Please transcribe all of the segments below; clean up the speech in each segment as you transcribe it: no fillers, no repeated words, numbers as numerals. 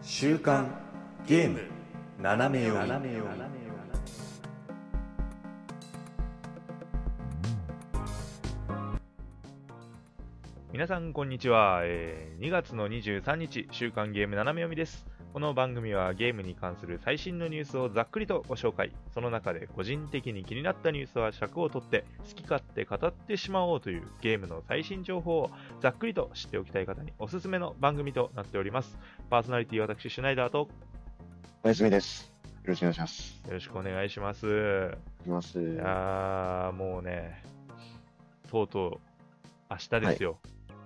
週刊ゲーム斜め読み。 皆さんこんにちは、2月の23日週刊ゲーム斜め読みです。この番組はゲームに関する最新のニュースをざっくりとご紹介、その中で個人的に気になったニュースは尺を取って好き勝手語ってしまおうというゲームの最新情報をざっくりと知っておきたい方におすすめの番組となっております。パーソナリティは私シュナイダーとおやすみです。よろしくお願いします。 よろしくお願いします。 います。 いやーもうね、とうとう明日ですよ。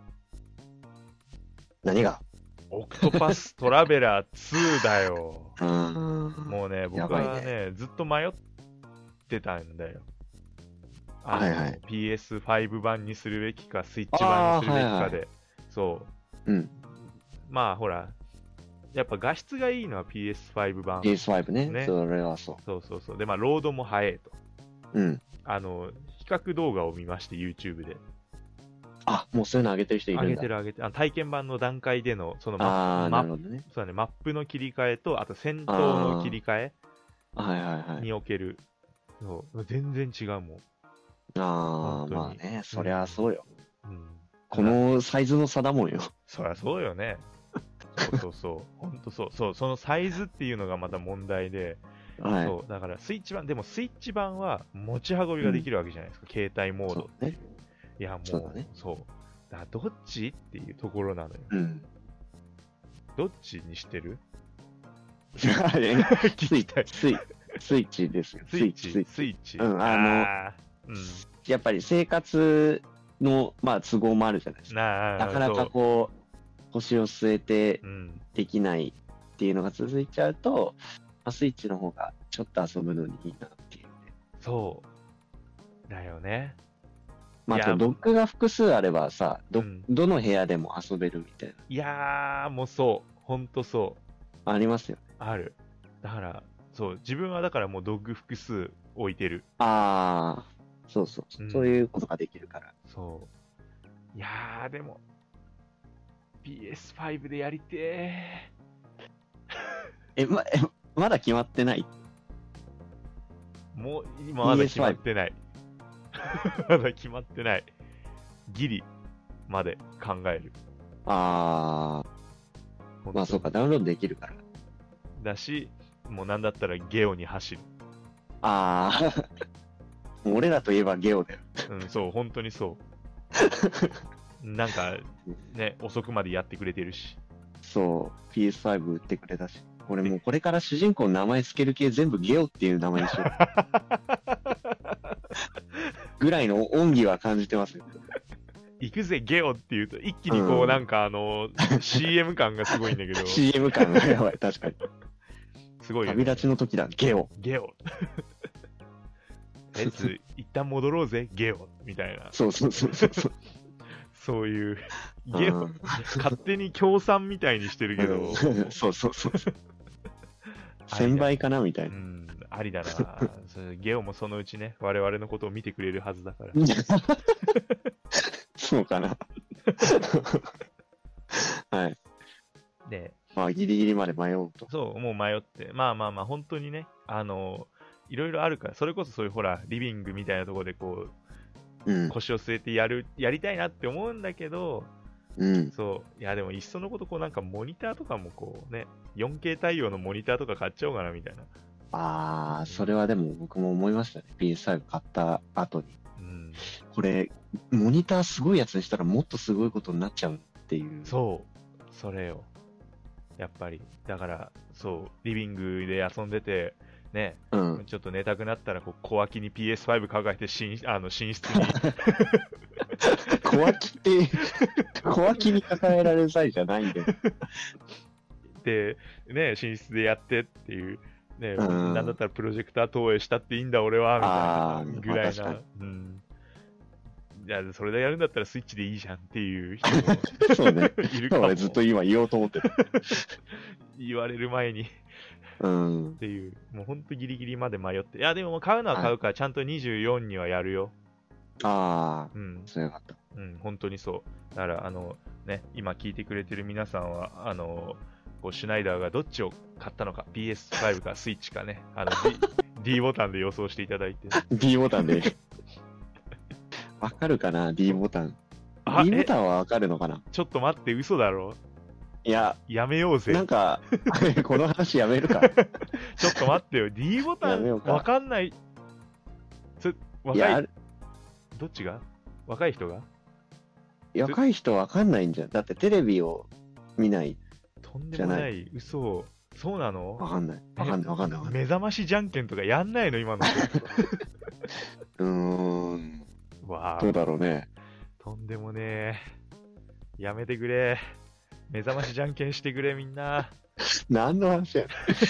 何がオクトパストラベラー2だよ。もうね、僕はやばいね、ずっと迷ってたんだよ。 はいはい。 PS5 版にするべきか、スイッチ版にするべきかで。 はいそう。 うん。 まあほら、やっぱ画質がいいのは PS5 版。 PS5 ね。 ねそれはそそうそうそう。で、まあ、ロードも早いと。 う。うん。 比較動画を見まして、YouTube で。 あ、もうそういうの上げてる人いるんだ。 上げてる。体験版の段階での、そのなるほどね。 そうだね、マップの切り替えと、あと戦闘の切り替えはいはいはい。 における。そう全然違うもん。 まあね、そりゃそうよ。このサイズの差だもんよ。 そりゃそうよね。そう、ほんとそう。そのサイズっていうのがまた問題で、 はい。 そう、だからスイッチ版、でもスイッチ版は持ち運びができるわけじゃないですか、携帯モード。 そうね。 いや、もう、 そうだね。 そう。だからどっちっていうところなのよ。 うん。 どっちにしてる聞きたい。 スイッチですよ。 スイッチ。 うん、やっぱり生活の、まあ、都合もあるじゃないですか。なかなかこう、腰を据えてできないっていうのが続いちゃうと、スイッチの方がちょっと遊ぶのにいいなっていうね。 そうだよね。 まあ、あとドックが複数あればさ、どの部屋でも遊べるみたいな。 いやー、もうそう。ほんとそう。 ありますよね。 ある。だから、そう。自分はだからもうドッグ複数置いてる。 そう。そういうことができるから。 そう。いやー、でも、PS5 でやりてー。まだ決まってない？ もう、今まだ決まってない。まだ決まってない。ギリまで考える。 まあそうか、ダウンロードできるから。 だし、もうなんだったらゲオに走る。 俺らといえばゲオだよ。 そう、本当にそう。なんか、ね、遅くまでやってくれてるし。 そう、PS5 売ってくれたし。俺もうこれから主人公の名前つける系全部ゲオっていう名前にしよう。ぐらいの恩義は感じてますよ。 行くぜゲオって言うと一気にこうなんかCM 感がすごいんだけど。 CM 感がやばい、確かに。 すごいよね。 旅立ちの時だ、ゲオ。 ゲオ。一旦戻ろうぜ、ゲオ。みたいな。 そう。 そういう、ゲオ、勝手に協賛みたいにしてるけど。 そう。1000倍かなみたいな。 ありだな。ゲオもそのうちね、我々のことを見てくれるはずだから。 そうかな。はい。 で、 まあ、ギリギリまで迷うと。 そう、もう迷って。まあ、本当にね、いろいろあるから、それこそそういうほら、リビングみたいなところでこう、腰を据えてやりたいなって思うんだけど、そう。いや、でもいっそのこと、こうなんかモニターとかもこうね、4K 対応のモニターとか買っちゃおうかなみたいな。 それはでも僕も思いましたね。PS5 買った後に。これ、モニターすごいやつにしたらもっとすごいことになっちゃうっていう。 そう。それよ。やっぱり。だから、そう、リビングで遊んでて、ね、ちょっと寝たくなったら小脇に PS5 抱えて寝室に小脇に抱えられる際じゃないんででね、寝室でやってっていうね、なんだったらプロジェクター投影したっていいんだ俺はみたいなぐらいな、いやそれでやるんだったらスイッチでいいじゃんっていう人もそうねいるかも。 俺ずっと今言おうと思ってた言われる前にっていう、もうほんとギリギリまで迷って。いや、でも買うのは買うから、ちゃんと24にはやるよ。 そうよかった。 本当にそう。だから、ね、今聞いてくれてる皆さんは、 こうシュナイダーがどっちを買ったのか、PS5 かスイッチかね、D ボタンで予想していただいて。 D ボタンで。わかるかな ?D ボタン。D ボタンはわかるのかな？ ちょっと待って、嘘だろ？ いや、 やめようぜ。 なんか、この話やめるか。 ちょっと待ってよ、D ボタンわかんない。若い、どっちが？若い人が？ 若い人わかんないんじゃん。だってテレビを見ない。 とんでもない。嘘。そうなの？ わかんない。わかんない。わかんない。 目覚ましじゃんけんとかやんないの今の。 わあ。どうだろうね。 とんでもねえ。やめてくれ。目覚ましじゃんけんしてくれ、みんな。 何の話や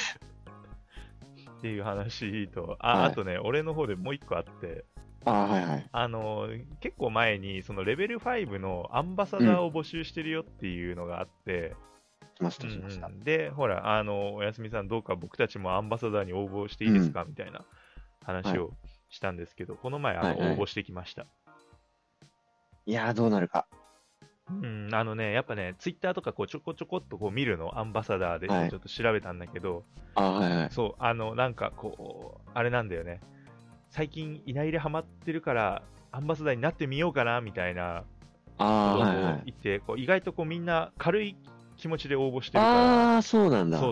っていう話と、あとね、俺の方でもう一個あって、 はいはい。 結構前に、そのレベル5のアンバサダーを募集してるよっていうのがあって、 しました。 で、ほら、おやすみさん、どうか僕たちもアンバサダーに応募していいですか、みたいな話をしたんですけど、この前、応募してきました。 いやー、どうなるか。 やっぱね、ツイッターとかこうちょこちょこっとこう見るの、アンバサダーでちょっと調べたんだけど、そう、なんかこう、あれなんだよね。最近、いない入れハマってるから、アンバサダーになってみようかな、みたいなことを言って、こう意外とこうみんな軽い気持ちで応募してるから。 そうなんだ。 そう。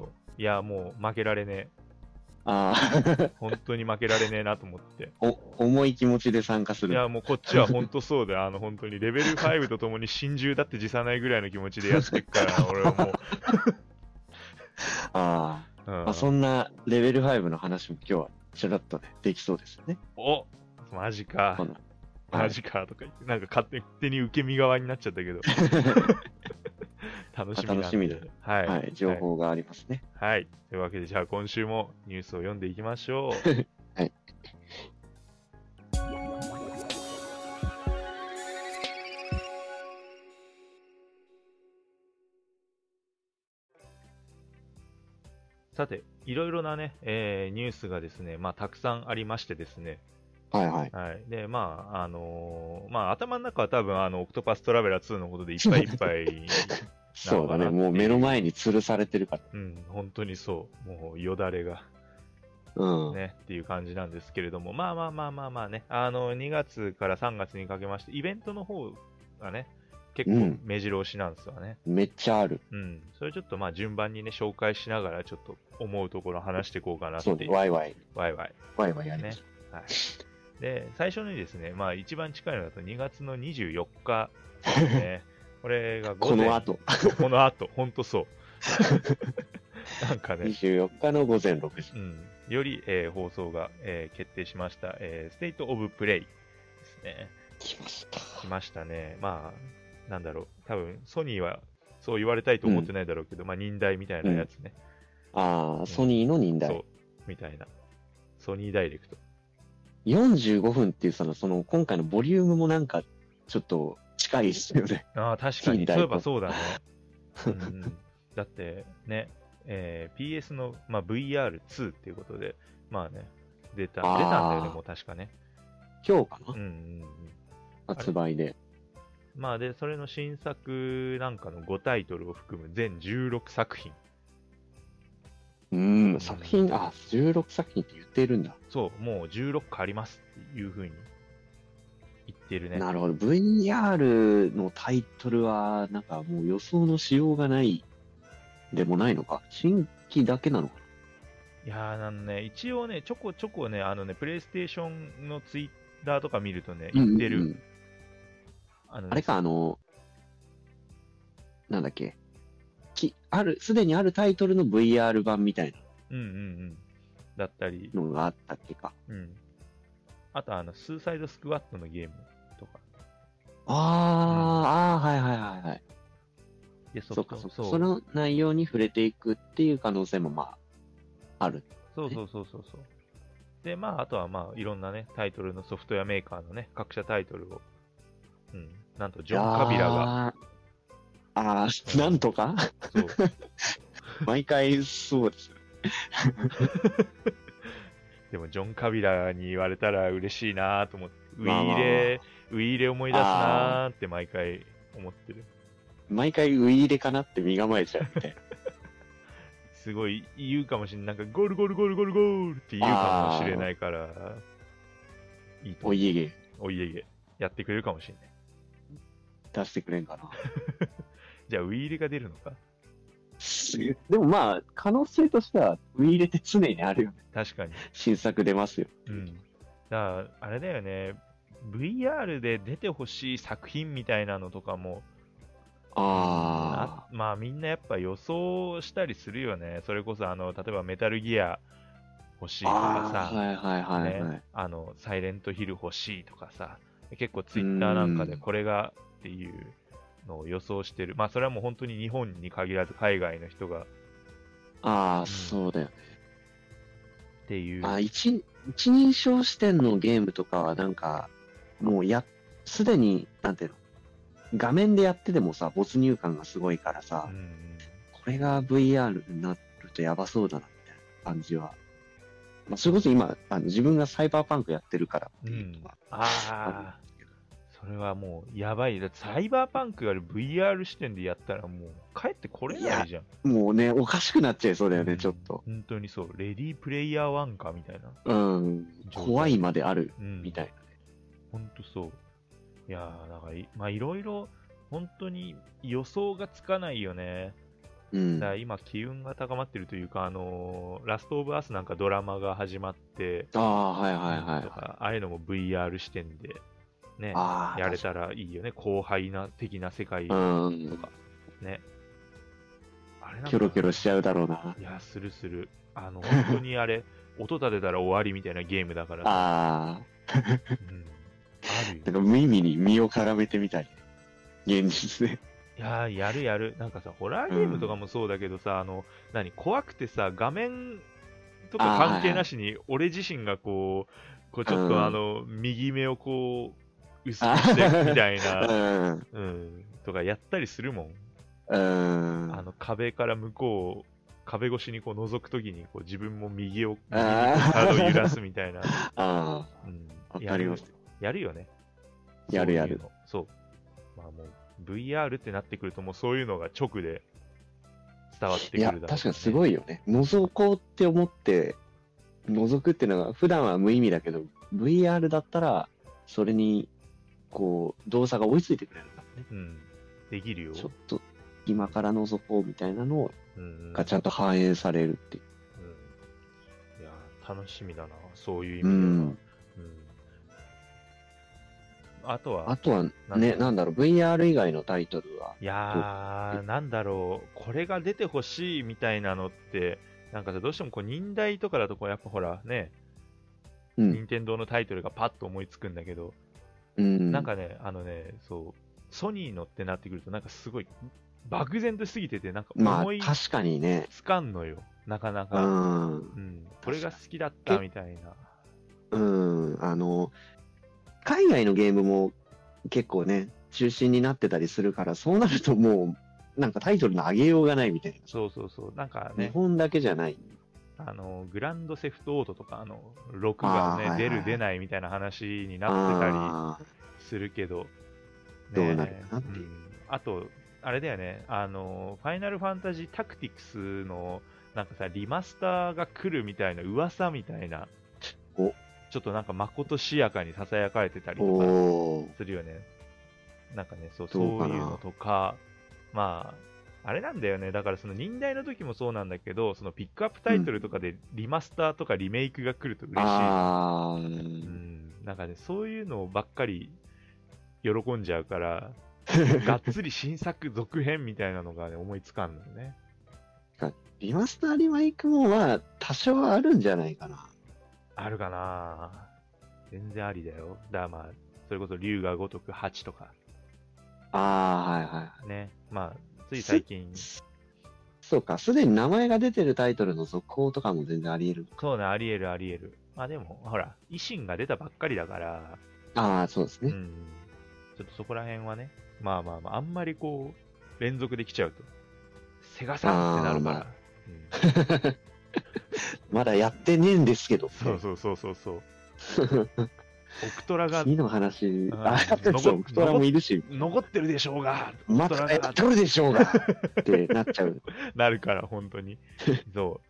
いや、もう負けられねえ。 本当に負けられねえなと思って。 重い気持ちで参加する。 いや、もうこっちは本当そうで、本当にレベル5とともに心中だって辞さないぐらいの気持ちでやってっから、俺はもう。 そんなレベル5の話も今日はちらっとね、できそうですよね。 お、マジか。マジかとか言って、なんか勝手に受け身側になっちゃったけど。楽しみだ。 はい、情報がありますね。 はい。というわけで、じゃあ今週もニュースを読んでいきましょう。 はい。 さて、いろいろなね、ニュースがですね、たくさんありましてですね。 はい。 で、頭の中は多分、オクトパストラベラー2のことでいっぱいいっぱい。 そうだね、もう目の前に吊るされてるから。 本当にそう。もうよだれが。ね、っていう感じなんですけれども、まあね、2月から3月にかけまして、イベントの方がね、結構目白押しなんですよね。 めっちゃある。 それちょっと順番にね、紹介しながら、ちょっと思うところ話していこうかなっていう。 そう、ワイワイやりね。はい。で、最初にですね、一番近いのだと2月の24日ですね。これがこの後、 ほんとそう。なんかね。 24日の午前6時。 より、放送が、決定しました、ステイトオブプレイですね。 来ましたね。なんだろう。多分、ソニーはそう言われたいと思ってないだろうけど、忍耐みたいなやつね。 ソニーの忍耐。 そう。みたいな。ソニーダイレクト。 45分っていうその今回のボリュームもなんかちょっと近いですよね。 確かに。そういえばそうだね。だってね、PS の、VR2 っていうことで、出たんだよね、もう確かね。 今日かな発売で。 で、それの新作なんかの5タイトルを含む全16作品。 作品、16作品って言ってるんだ。 そう、もう16個ありますっていう風に言ってるね。 なるほど。VR のタイトルは、なんかもう予想のしようがないでもないのか。新規だけなのかな。いやー、一応ね、ちょこちょこね、プレイステーションのツイッターとか見るとね、言ってる。 あれか、なんだっけ。すでにあるタイトルの VR 版みたいな。 だったり。 のがあったっけか。 あと、スーサイドスクワットのゲームとか。 はい。 で、 その内容に触れていくっていう可能性もある。 そう。で、あとはいろんなね、タイトルのソフトウェアメーカーのね、各社タイトルを、なんとジョン・カビラが。 なんとかそう。 毎回そうですよ。 でも、ジョン・カビラに言われたら嬉しいなと思って、ウィーレ思い出すなって毎回思ってる。 毎回ウイ入れかなって身構えちゃうみたいな。 すごい言うかもしれない。なんかゴールゴールゴールゴールゴールって言うかもしれないから、いいと思う。 お家芸。 お家芸。やってくれるかもしれない。 出してくれんかな。 じゃあウイ入れが出るのか。 でもまあ、可能性としては、ウイ入れって常にあるよね。 確かに。 新作出ますよ。 うん。だから、あれだよね。VR で出てほしい作品みたいなのとかも、まあみんなやっぱ予想したりするよね。それこそ例えばメタルギア欲しいとかさ、サイレントヒル欲しいとかさ、結構ツイッターなんかでこれがっていうのを予想してる。まあそれはもう本当に日本に限らず海外の人が。 そうだよね。 っていう。 一人称視点のゲームとかはなんか、もうすでに、なんていうの、画面でやっててもさ、没入感がすごいからさ、これが VR になるとやばそうだな、みたいな感じは。まあ、それこそ今、自分がサイバーパンクやってるからっていうのは。 それはもうやばい。だってサイバーパンクが VR 視点でやったらもう帰ってこれないじゃん。 もうね、おかしくなっちゃいそうだよね、ちょっと。 本当にそう。レディープレイヤー1かみたいな。 怖いまである、みたいなね。 本当そう。いやー、だからまあいろいろ本当に予想がつかないよね。だから今機運が高まってるというか、ラストオブアスなんかドラマが始まって、ああいうのも VR 視点でね、やれたらいいよね。後輩的な世界とかね。 あれキョロキョロしちゃうだろうな。 いや、する。本当にあれ、音立てたら終わりみたいなゲームだからさ。あるよ。 なんか無意味に身を絡めてみたり、現実で。 いやー、やる。なんかさ、ホラーゲームとかもそうだけどさ、怖くてさ、画面とか関係なしに、俺自身がこうちょっと右目をこう、薄くしてみたいな、とかやったりするもん。壁から向こう、壁越しにこう覗くときにこう自分も右に体を揺らすみたいな。 わかります。 やるよね。 やる。 そう。まあもう VR ってなってくるともうそういうのが直で伝わってくるだろう、ね。 確かにすごいよね。覗こうって思って覗くっていうのが普段は無意味だけど VR だったらそれにこう動作が追いついてくれるからね。 できるよ。 ちょっと今から覗こうみたいなのがちゃんと反映されるっていう。 いや楽しみだな。そういう意味では。あとはね、なんだろう、VR 以外のタイトルは。 いやー、なんだろう、これが出てほしいみたいなのって、なんかさ、どうしてもこう、忍耐とかだとこう、やっぱほら、ね、任天堂のタイトルがパッと思いつくんだけど、なんかね、そう、ソニーのってなってくると、なんかすごい、漠然としすぎてて、なんか思い確かにね。 つかんのよ、なかなか。これが好きだったみたいな。 海外のゲームも結構ね、中心になってたりするから、そうなるともう、なんかタイトルの上げようがないみたいな。 そう。なんかね。 日本だけじゃない。 グランドセフトオートとか、6がね、出る出ないみたいな話になってたりするけど、 どうなるかなっていう。 あと、あれだよね、ファイナルファンタジータクティクスの、なんかさ、リマスターが来るみたいな噂みたいな。ちょっとなんかまことしやかに囁かれてたりとかするよね。なんかね、そういうのとか、まあ、あれなんだよね。だからその忍耐の時もそうなんだけど、そのピックアップタイトルとかでリマスターとかリメイクが来ると嬉しい。なんかね、そういうのばっかり喜んじゃうから、がっつり新作続編みたいなのがね、思いつかんのよね。 リマスターリメイクもまあ、多少あるんじゃないかな。 あるかな。全然ありだよ。だからまあ、それこそ龍が如く8とか。ね。まあ、つい最近。 そうか、すでに名前が出てるタイトルの続報とかも全然あり得る。 そうね、あり得る。まあでも、ほら、維新が出たばっかりだから。 そうですね。 ちょっとそこら辺はね、まあ、あんまりこう、連続できちゃうと、セガさんってなるから。 まだやってねえんですけど。 そう。 オクトラが、 次の話、 そうオクトラもいるし、 残ってるでしょうが、 またやっとるでしょうがってなっちゃう。 なるから、本当に。そう。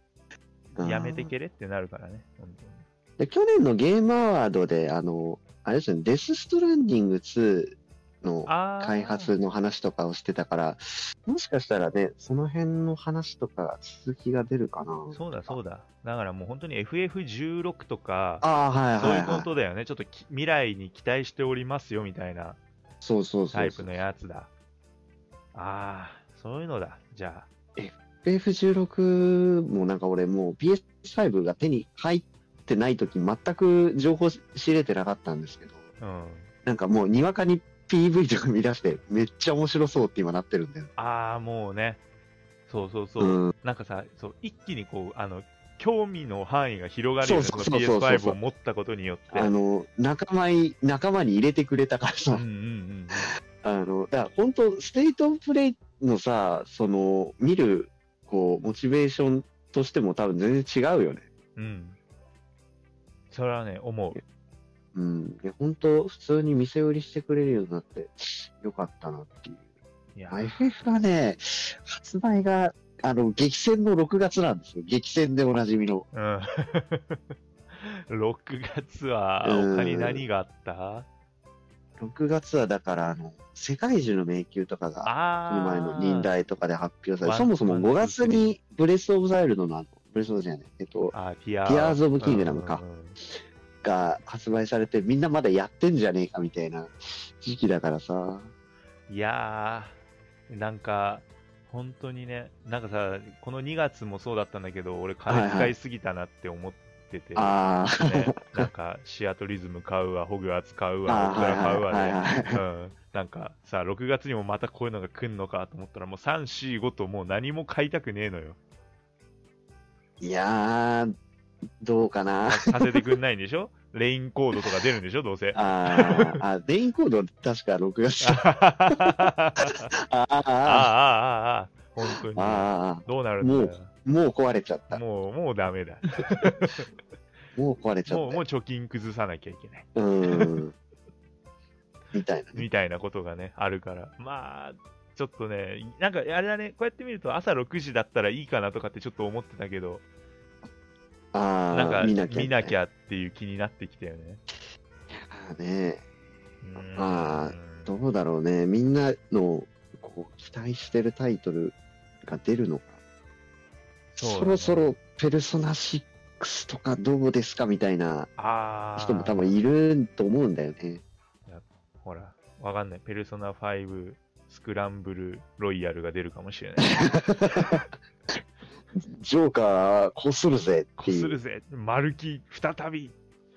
やめてけれってなるからね、本当に。 で去年のゲームアワードで、あれですね、デス・ストランディング2の開発の話とかをしてたから、もしかしたらね、その辺の話とか続きが出るかな。 そうだそうだ。だからもう本当に FF16 とか、 はいはいはい、 そういうことだよね。ちょっと未来に期待しておりますよみたいなタイプのやつだ。ああ、そういうのだ。じゃあ。 FF16 もなんか俺もう PS5 が手に入ってないとき全く情報知れてなかったんですけど、なんかもうにわかに PV とか見出してめっちゃ面白そうって今なってるんだよ。 ああ、もうね。そうそうそう。なんかさ、そう一気にこう、興味の範囲が広がるよね、その PS5 を持ったことによって。 仲間に入れてくれたからさ、だから本当、ステートオブプレイのさ、見る、こう、モチベーションとしても多分全然違うよね。 うん。それはね、思う。 うん。本当、普通に店売りしてくれるようになってよかったなっていう。いや、FF がね、発売が、激戦の6月なんですよ。激戦でおなじみの。 うん。6月は、他に何があった ?6 月はだから、世界中の迷宮とかが、この前の忍耐とかで発表され、そもそも5月にブレスオブザイルドのブレスオブじゃない、ティアーズオブキングダムか。が発売されてみんなまだやってんじゃねえかみたいな時期だからさ。 いやー、なんか本当にね、なんかさ、この2月もそうだったんだけど、俺金使いすぎたなって思ってて、ね、なんかシアトリズム買うわ、ホグワーツ買うわ、オクラ買うわね、なんかさ、6月にもまたこういうのが来んのかと思ったら、もう3、4、5ともう何も買いたくねえのよ。 いやー、どうかな。 させてくんないんでしょ。レインコードとか出るんでしょ、どうせ。 レインコード確か6月。 本当に。どうなるんだよ。 もう壊れちゃった。 もうダメだ。 もう壊れちゃった。 もう貯金崩さなきゃいけない。みたいなことがね、あるから。まあ、ちょっとね、なんかあれだね、こうやって見ると朝6時だったらいいかなとかってちょっと思ってたけど、なんか見なきゃっていう気になってきたよね。 どうだろうね。みんなのこう期待してるタイトルが出るのか。そろそろペルソナ6とかどうですかみたいな人も多分いると思うんだよね。 ほら、わかんない。ペルソナ5スクランブルロイヤルが出るかもしれない。 ジョーカーこするぜっていう。 こするぜ、丸木再び。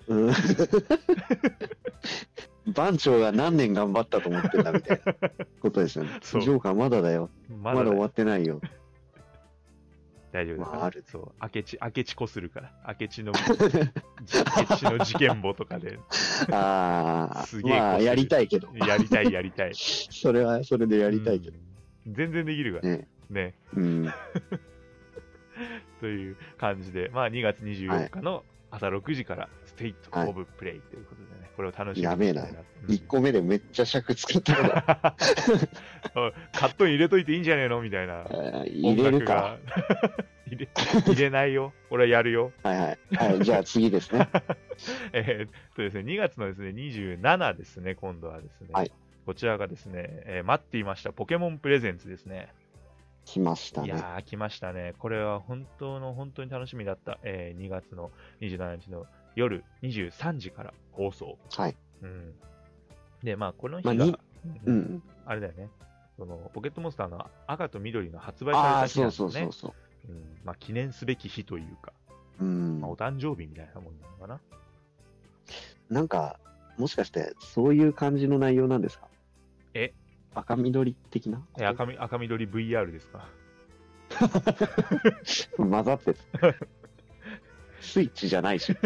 番長が何年頑張ったと思ってんだみたいなことですよね。ジョーカーまだだよ。まだ終わってないよ。 大丈夫ですか、そう、明智こするから。明智の事件簿とかで。 すげえ。まあ、やりたいけど。 やりたい。 それはそれでやりたいけど。 全然できるからね。という感じで、まあ2月24日の朝6時からステイトオブプレイということでね、これを楽しみにしていな。やべえな。 1個目でめっちゃ尺作ったから。 カットイン入れといていいんじゃねえのみたいな。 入れるか。 入れないよ。俺はやるよ。 はい。じゃあ次ですね。 ですね、2月のですね、27ですね、今度はですね。こちらがですね、待っていましたポケモンプレゼンツですね。 来ましたね。 いやー、来ましたね。これは本当に楽しみだった。2月の27日の夜23時から放送。で、まあ、この日が、あれだよね。ポケットモンスターの赤と緑の発売された日なんですね。まあ、記念すべき日というか、まあ、お誕生日みたいなもんなのかな。 なんか、もしかして、そういう感じの内容なんですか？赤緑的な？ 赤緑 VR ですか？ 混ざってる。スイッチじゃないし。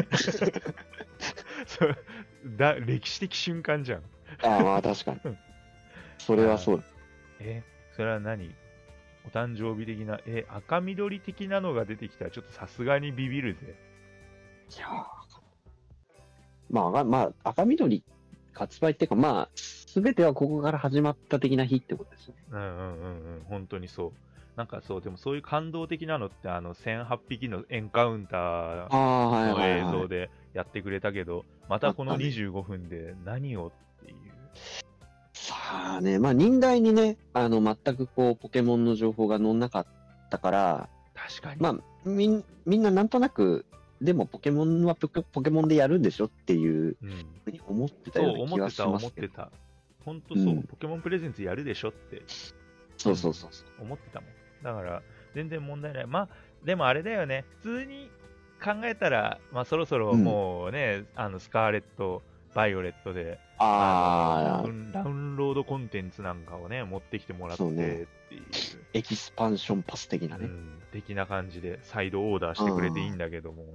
歴史的瞬間じゃん。 まあ確かに。それはそうだ。 それは何？お誕生日的な、赤緑的なのが出てきたらちょっとさすがにビビるぜ。 いや赤緑発売っていうか、すべてはここから始まった的な日ってことですよね。 本当にそう。なんかそう、でもそういう感動的なのって、1008匹のエンカウンターの映像でやってくれたけど、またこの25分で何をっていう。 さあね、忍題にね、全くポケモンの情報が載んなかったから、 確かに。みんななんとなく、でもポケモンはポケモンでやるんでしょっていうふうに思ってたような気がしますけど。 思ってた。本当そう、ポケモンプレゼンツやるでしょって。 そう。 思ってたもん。だから、全然問題ない。でもあれだよね。普通に考えたら、そろそろもうね、スカーレット、バイオレットで、ダウンロードコンテンツなんかをね、持ってきてもらってっていう。 エキスパンションパス的なね。 的な感じで、サイドオーダーしてくれていいんだけども。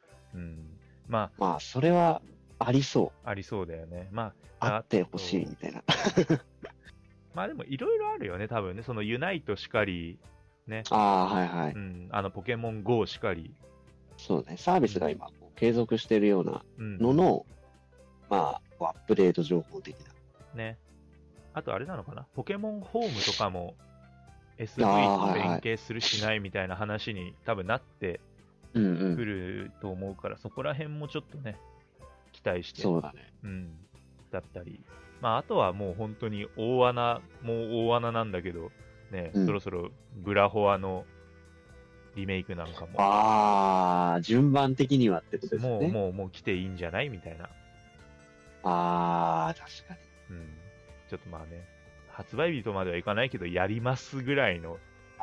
それはありそう。 ありそうだよね。 あってほしいみたいな。 でもいろいろあるよね、多分ね。そのユナイトしかり、ね。ポケモン GO しかり。 そうね、サービスが今、継続してるようなのの、アップデート情報的な。 ね。あとあれなのかな、ポケモンホームとかも SV と連携するしないみたいな話に多分なってくると思うから、そこら辺もちょっとね、期待して。 そうだね。 だったり。あとはもう本当に大穴なんだけど、ね、そろそろブラホアのリメイクなんかも。 順番的にはってことですね。 もう来ていいんじゃないみたいな。 確かに。 ちょっと発売日とまではいかないけど、やりますぐらいの。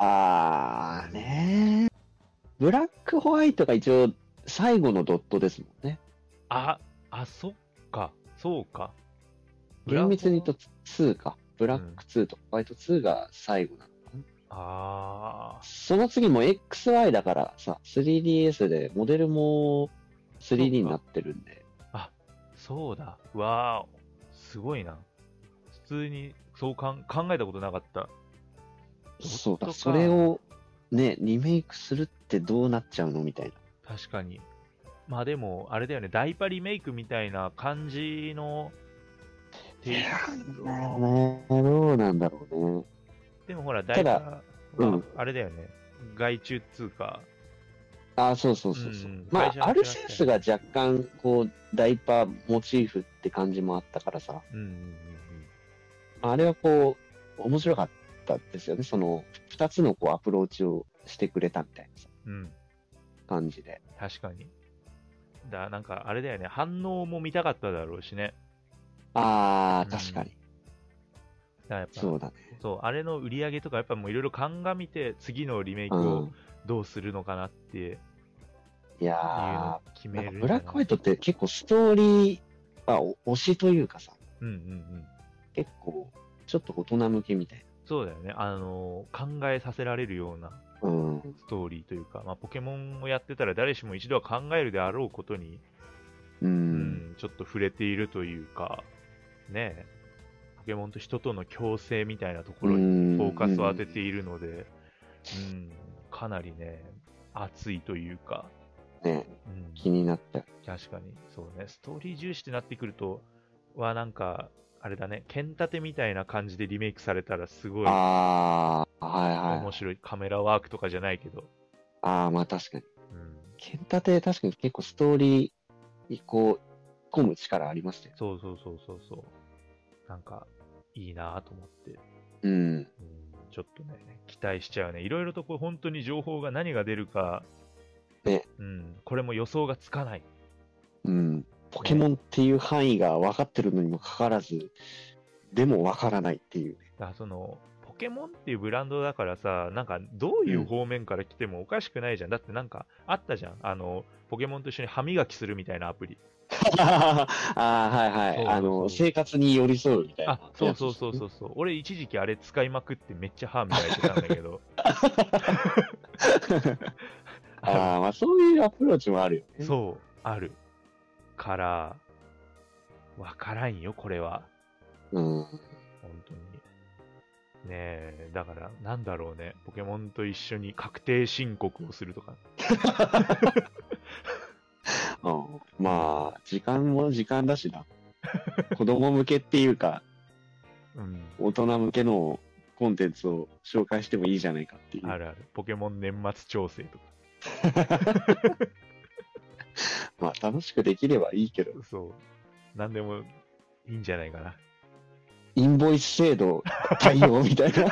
ね。ブラックホワイトが一応最後のドットですもんね。 そっか、そうか。 厳密に言うと2か。ブラック2とホワイト2が最後なのかな。その次も XY だからさ、3DS でモデルも 3D になってるんで。 そうだ。わー、すごいな。普通にそう考えたことなかった。 そうだ、それをね、リメイクするってどうなっちゃうのみたいな。 確かに。でも、あれだよね、ダイパリメイクみたいな感じのテイスト。どうなんだろうね。 でもほら、ダイパは、あれだよね、外注っつうか。 そう。アルセウスが若干、ダイパーモチーフって感じもあったからさ。あれは面白かったですよね。その、二つのアプローチをしてくれたみたいな感じで。 確かに。なんかあれだよね、反応も見たかっただろうしね。 確かに。 やっぱそうだね。 そう、あれの売り上げとか、やっぱもういろいろ鑑みて、次のリメイクをどうするのかなっていうのを決める。 ブラックホワイトって結構ストーリー、推しというかさ、結構ちょっと大人向けみたいな。 そうだよね。考えさせられるようなストーリーというか、ポケモンをやってたら誰しも一度は考えるであろうことに、ちょっと触れているというか、ね、ポケモンと人との共生みたいなところにフォーカスを当てているので、かなりね、熱いというか、 気になった。 確かに、そうね、ストーリー重視ってなってくると、なんか、あれだね、剣立てみたいな感じでリメイクされたらすごい、面白い、カメラワークとかじゃないけど。 確かに。剣立て、確かに結構ストーリーに込む力ありますね。 そう。なんか、いいなぁと思って。ちょっとね、期待しちゃうね。いろいろと本当に情報が何が出るか、これも予想がつかない。 ポケモンっていう範囲が分かってるのにもかかわらず、でも分からないっていう。 ポケモンっていうブランドだからさ、なんかどういう方面から来てもおかしくないじゃん。だってなんかあったじゃん。ポケモンと一緒に歯磨きするみたいなアプリ。 生活に寄り添うみたいな。 そう。俺一時期あれ使いまくってめっちゃ歯磨いてたんだけど。 そういうアプローチもあるよね。 そう、ある。から、わからんよ、これは。本当に。ねえ、だから、なんだろうね。ポケモンと一緒に確定申告をするとか。 時間も時間だしな。子供向けっていうか、大人向けのコンテンツを紹介してもいいじゃないかっていう。 あるある。ポケモン年末調整とか。 まあ楽しくできればいいけど。 そう。なんでもいいんじゃないかな。 インボイス制度対応みたいな。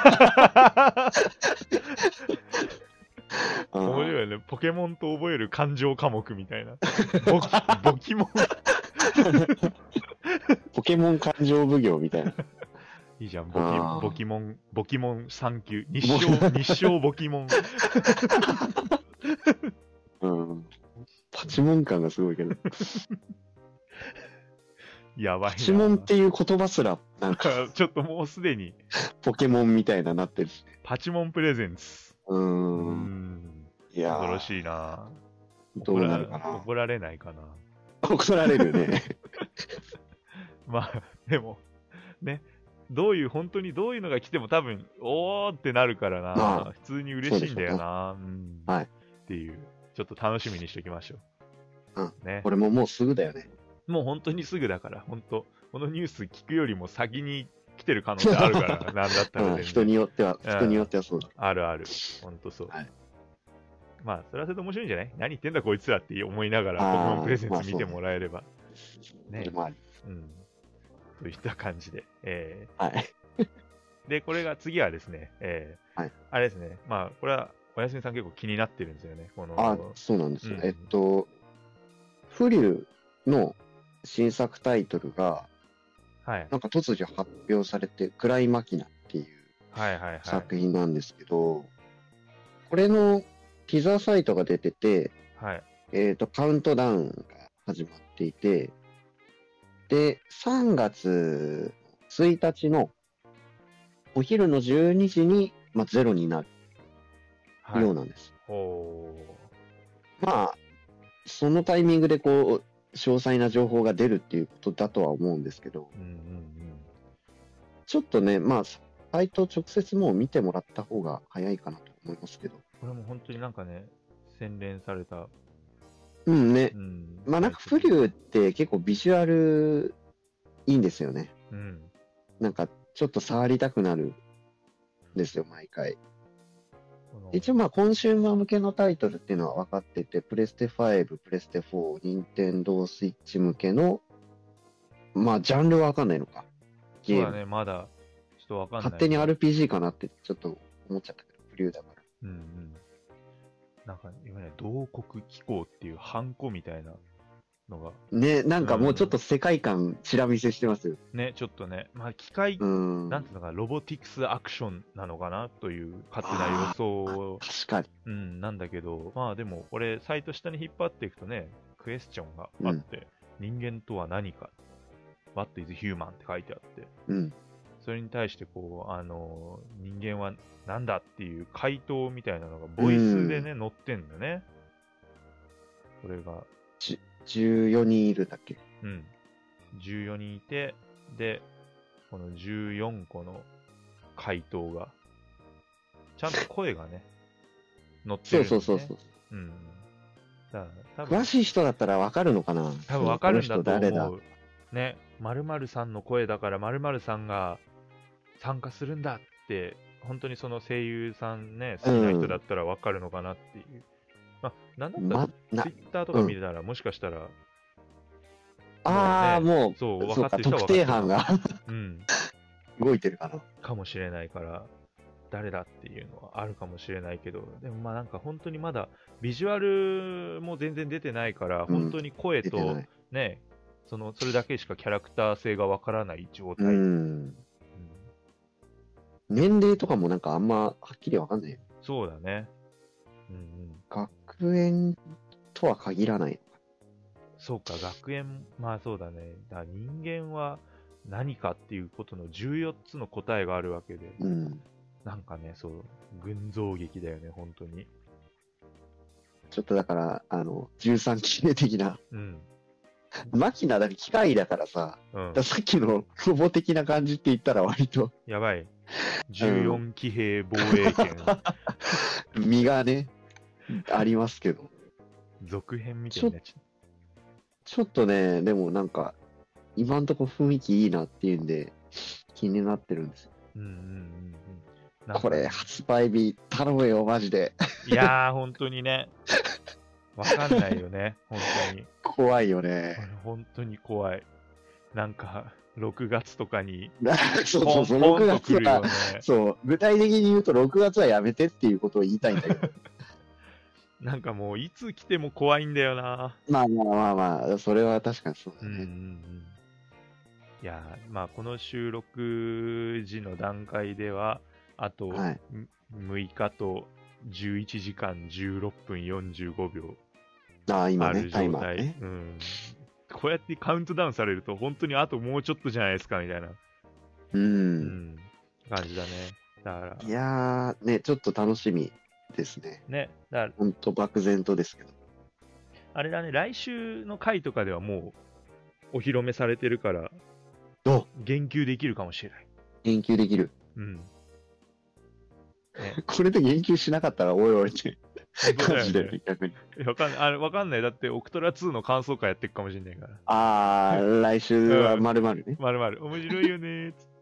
面白いよね。ポケモンと覚える感情科目みたいな。ボキモン。 ポケモン感情奉行みたいな。 いいじゃん、ボキモン3級。日照ボキモン。 パチモン感がすごいけど。 やばいな。 パチモンっていう言葉すら、なんか、 ちょっともうすでに。 ポケモンみたいななってるし。 パチモンプレゼンツ。 いや恐ろしいな。 どうなるかな。 怒られないかな。 怒られるね。 まあ、でも、ね、本当にどういうのが来ても多分、おーってなるからな。普通に嬉しいんだよな。 はい。 っていう、ちょっと楽しみにしておきましょう。これももうすぐだよね。 もう本当にすぐだから、本当、このニュース聞くよりも先に来てる可能性あるから、なんだったら人によってはそうだ。 あるある。本当そう。まあ、それはそれで面白いんじゃない？何言ってんだこいつらって思いながら、ポケモンプレゼンツ見てもらえれば。ね。といった感じで。で、これが次はですね、あれですね、まあ、これは、おやすみさん結構気になってるんですよね。 そうなんですよ。フリューの新作タイトルが、なんか突如発表されて、クライマキナっていう作品なんですけど、これのティザーサイトが出てて、カウントダウンが始まっていて、で、3月1日のお昼の12時に、ゼロになるようなんです。まあ、そのタイミングでこう、詳細な情報が出るっていうことだとは思うんですけど、ちょっとね、まあ、サイト直接もう見てもらった方が早いかなと思いますけど。 これも本当になんかね、洗練された。 まあなんかフリューって結構ビジュアルいいんですよね。なんかちょっと触りたくなるんですよ、毎回。一応まあコンシューマー向けのタイトルっていうのは分かってて、プレステ5、プレステ4、ニンテンドースイッチ向けの、まあジャンルは分かんないのか。 そうだね、まだちょっと分かんない。 勝手に RPG かなってちょっと思っちゃったけど、フリューだから。 なんか、いわゆる同国機構っていうハンコみたいなのが。 ね、なんかもうちょっと世界観ちら見せしてますよ。 ね、ちょっとね。まあ、機械、なんていうのか、ロボティクスアクションなのかなという勝手な予想。 確かに。 なんだけど、まあでも、これ、サイト下に引っ張っていくとね、クエスチョンがあって、人間とは何か、What is human って書いてあって、それに対してこう、人間はなんだっていう回答みたいなのがボイスでね、載ってんだね。これが。 14人いるだっけ 14人いて、で、この14個の回答が、ちゃんと声がね、載ってるんだね。そう。 だから詳しい人だったらわかるのかな。 多分わかるんだと思う。ね、〇〇さんの声だから〇〇さんが参加するんだって、本当にその声優さんね、好きな人だったらわかるのかなっていう。まあ、なんだったら、ツイッターとか見てたら、もしかしたら、 もう、 そう、分かってる人は特定班が動いてるかな。 かもしれないから、誰だっていうのはあるかもしれないけど、でもまあなんか本当にまだ、ビジュアルも全然出てないから、本当に声とね、それだけしかキャラクター性がわからない状態。 年齢とかもなんかあんまはっきりわかんないよ。 そうだね。 学園とは限らない。 そうか、学園、まあそうだね。人間は何かっていうことの14つの答えがあるわけで。なんかね、そう、群像劇だよね、本当に。 ちょっとだから、13期目的な。マキナだけ機械だからさ、さっきのロボ的な感じって言ったら割と。 やばい。14騎兵防衛権。 身がね、ありますけど。 続編みたいになっちゃちょっとね、でもなんか、今んとこ雰囲気いいなっていうんで、気になってるんですよ。これ、発売日、頼むよ、マジで。 いやー、本当にね。わかんないよね、本当に。 怖いよね。 本当に怖い。なんか、6月とかに、 そう6月は、そう、具体的に言うと6月はやめてっていうことを言いたいんだけど。 なんかもう、いつ来ても怖いんだよな。 まあ、それは確かにそうだね。 いやまあ、この収録時の段階では、あと6日と11時間16分45秒ある状態。こうやってカウントダウンされると、本当にあともうちょっとじゃないですかみたいな、感じだね。だから、 いやー、ね、ちょっと楽しみですね。 ね、だから本当漠然とですけど。 あれだね、来週の回とかではもうお披露目されてるから、言及できるかもしれない。 言及できる。これで言及しなかったら、おいおいって感じで、逆に。 わかんない。だって、オクトラ2の感想会やってるかもしれないから。 あー、来週は丸々ね。 丸々。面白いよねーつって。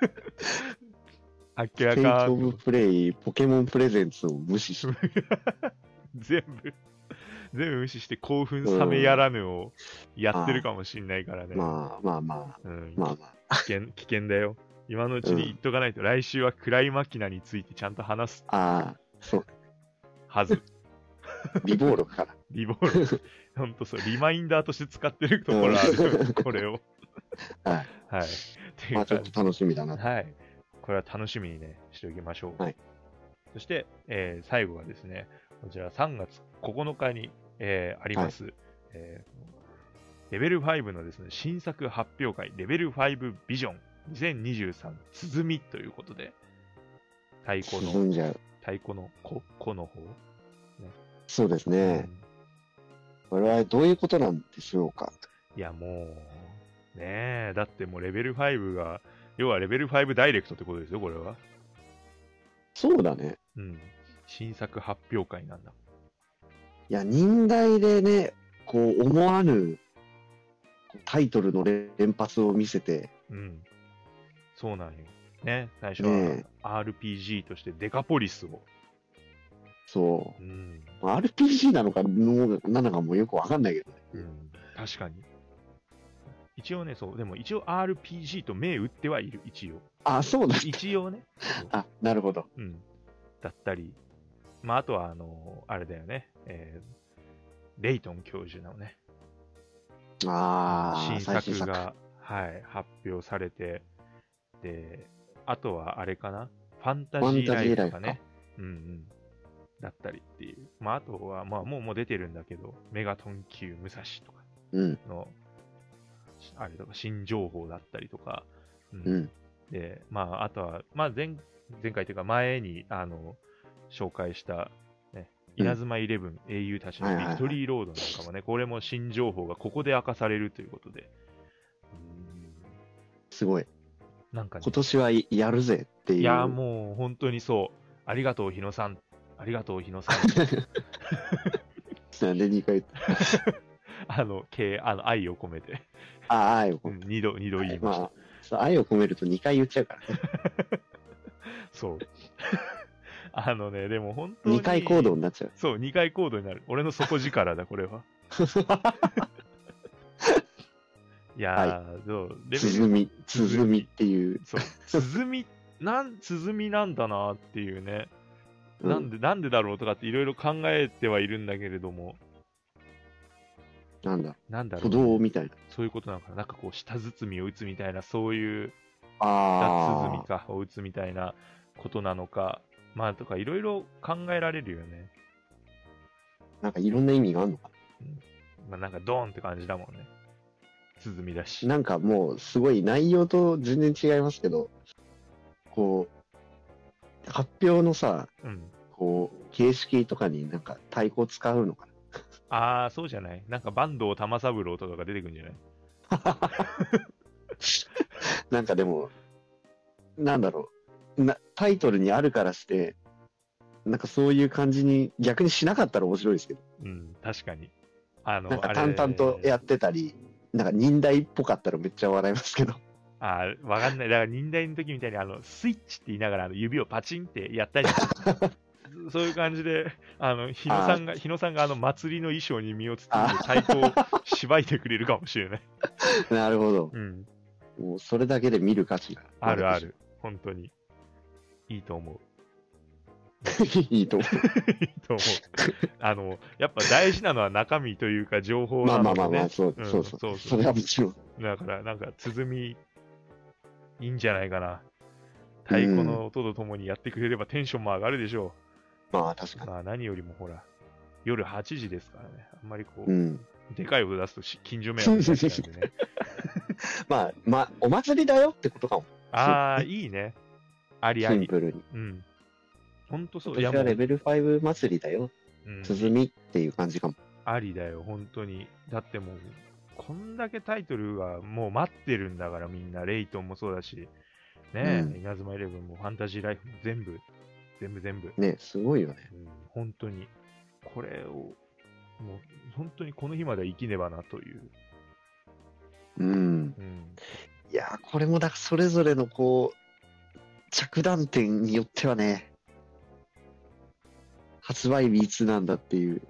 あっけあかん。 ステイトオブプレイ、ポケモンプレゼンツを無視して。 全部無視して興奮冷めやらぬをやってるかもしれないからね。 まあ。 危険だよ。今のうちに言っとかないと、来週はクライマキナについてちゃんと話す。 そう。 はず。 リボールかな。 リボール。ほんとそう、リマインダーとして使ってるところある。これを。 はい。まあちょっと楽しみだな。 はい。これは楽しみにね、しておきましょう。そして、最後はですね、こちら3月9日に、あります、レベル5のですね、新作発表会、レベル5ビジョン2023鼓ということで、太鼓の子の方、ね、 そうですね。これはどういうことなんでしょうか。 いやもうねだってもうレベル5が要はレベル5ダイレクトってことですよ、これは。 そうだね。 新作発表会なんだ。 いや、任代でね、こう思わぬタイトルの連発を見せて。 そうなんよ。ね、最初は RPG としてデカポリスを。 そう。RPG なのかなのかもよくわかんないけどね。 確かに。一応ね、そう、でも一応 RPG と銘打ってはいる、一応。 そうだ。 一応ね。 なるほど。 だったり、まあ、あとは、あれだよね、レイトン教授のね、新作が、発表されて、で、あとはあれかな、ファンタジーライフとかね、だったりっていう。まあ、あとは、まあ、もう出てるんだけど、メガトン級武蔵とかの、あれとか、新情報だったりとか、で、まあ、あとは、まあ前回というか前に、紹介した、ね、稲妻イレブン英雄たちのビクトリーロードなんかもね、これも新情報がここで明かされるということで。 すごい。 なんかね、 今年はやるぜっていう。 いや、もう本当にそう。ありがとう、日野さん。ありがとう、日野さん。 なんで2回言った愛を込めて。 愛を込めて。 2度言いました。 愛を込めると2回言っちゃうからね。 そう。でも本当に。 2回行動になっちゃう。 そう、2回行動になる。俺の底力だ、これは。いやー、どう鼓っていう。 そう、鼓なんだなっていうね。なんでだろうとかっていろいろ考えてはいるんだけれども。 なんだろう、 歩道みたいな。 そういうことなのかな。なんかこう、舌包みを打つみたいな、そういう、包みか、を打つみたいなことなのか。まあ、とかいろいろ考えられるよね。 なんかいろんな意味があるのかな。 まあ、なんかドーンって感じだもんね。鼓だし。 なんかもう、すごい内容と全然違いますけど、こう、発表のさ、こう、形式とかになんか太鼓使うのかな。そうじゃない。なんか坂東玉三郎とかが出てくるんじゃないなんかでも、なんだろう。タイトルにあるからして、なんかそういう感じに逆にしなかったら面白いですけど。 確かに。 なんか淡々とやってたり、なんか忍耐っぽかったらめっちゃ笑いますけど。 わかんない。だから忍耐の時みたいにスイッチって言いながら指をパチンってやったりそういう感じで、日野さんが祭りの衣装に身を包んで太鼓をしばいてくれるかもしれない。 なるほど。 うん。 もうそれだけで見る価値があるある。本当に。いいと思う。 いいと思う。 いいと思う。やっぱ大事なのは中身というか情報なので、ね。 まあ、そうそう。それはもちろん。 だから、なんか、鼓、いいんじゃないかな。太鼓の音とともにやってくれればテンションも上がるでしょう。まあ、確かに。 まあ、何よりもほら、夜8時ですからね。あんまりこう、でかい音出すと近所迷惑になっちゃうんでね。 まあ、お祭りだよってことかも。 ああ、いいね。ありあり。 シンプルに。 うん。ほんとそう。 私はレベル5祭りだよ。鼓っていう感じかも。 ありだよ、本当に。だってもう、こんだけタイトルがもう待ってるんだからみんな、レイトンもそうだし、ねえ、稲妻イレブンもファンタジーライフも全部。 ね、すごいよね。 本当に。これを、もう本当にこの日まで生きねばなという。 いや、これもだからそれぞれのこう、着弾点によってはね、発売日いつなんだっていう。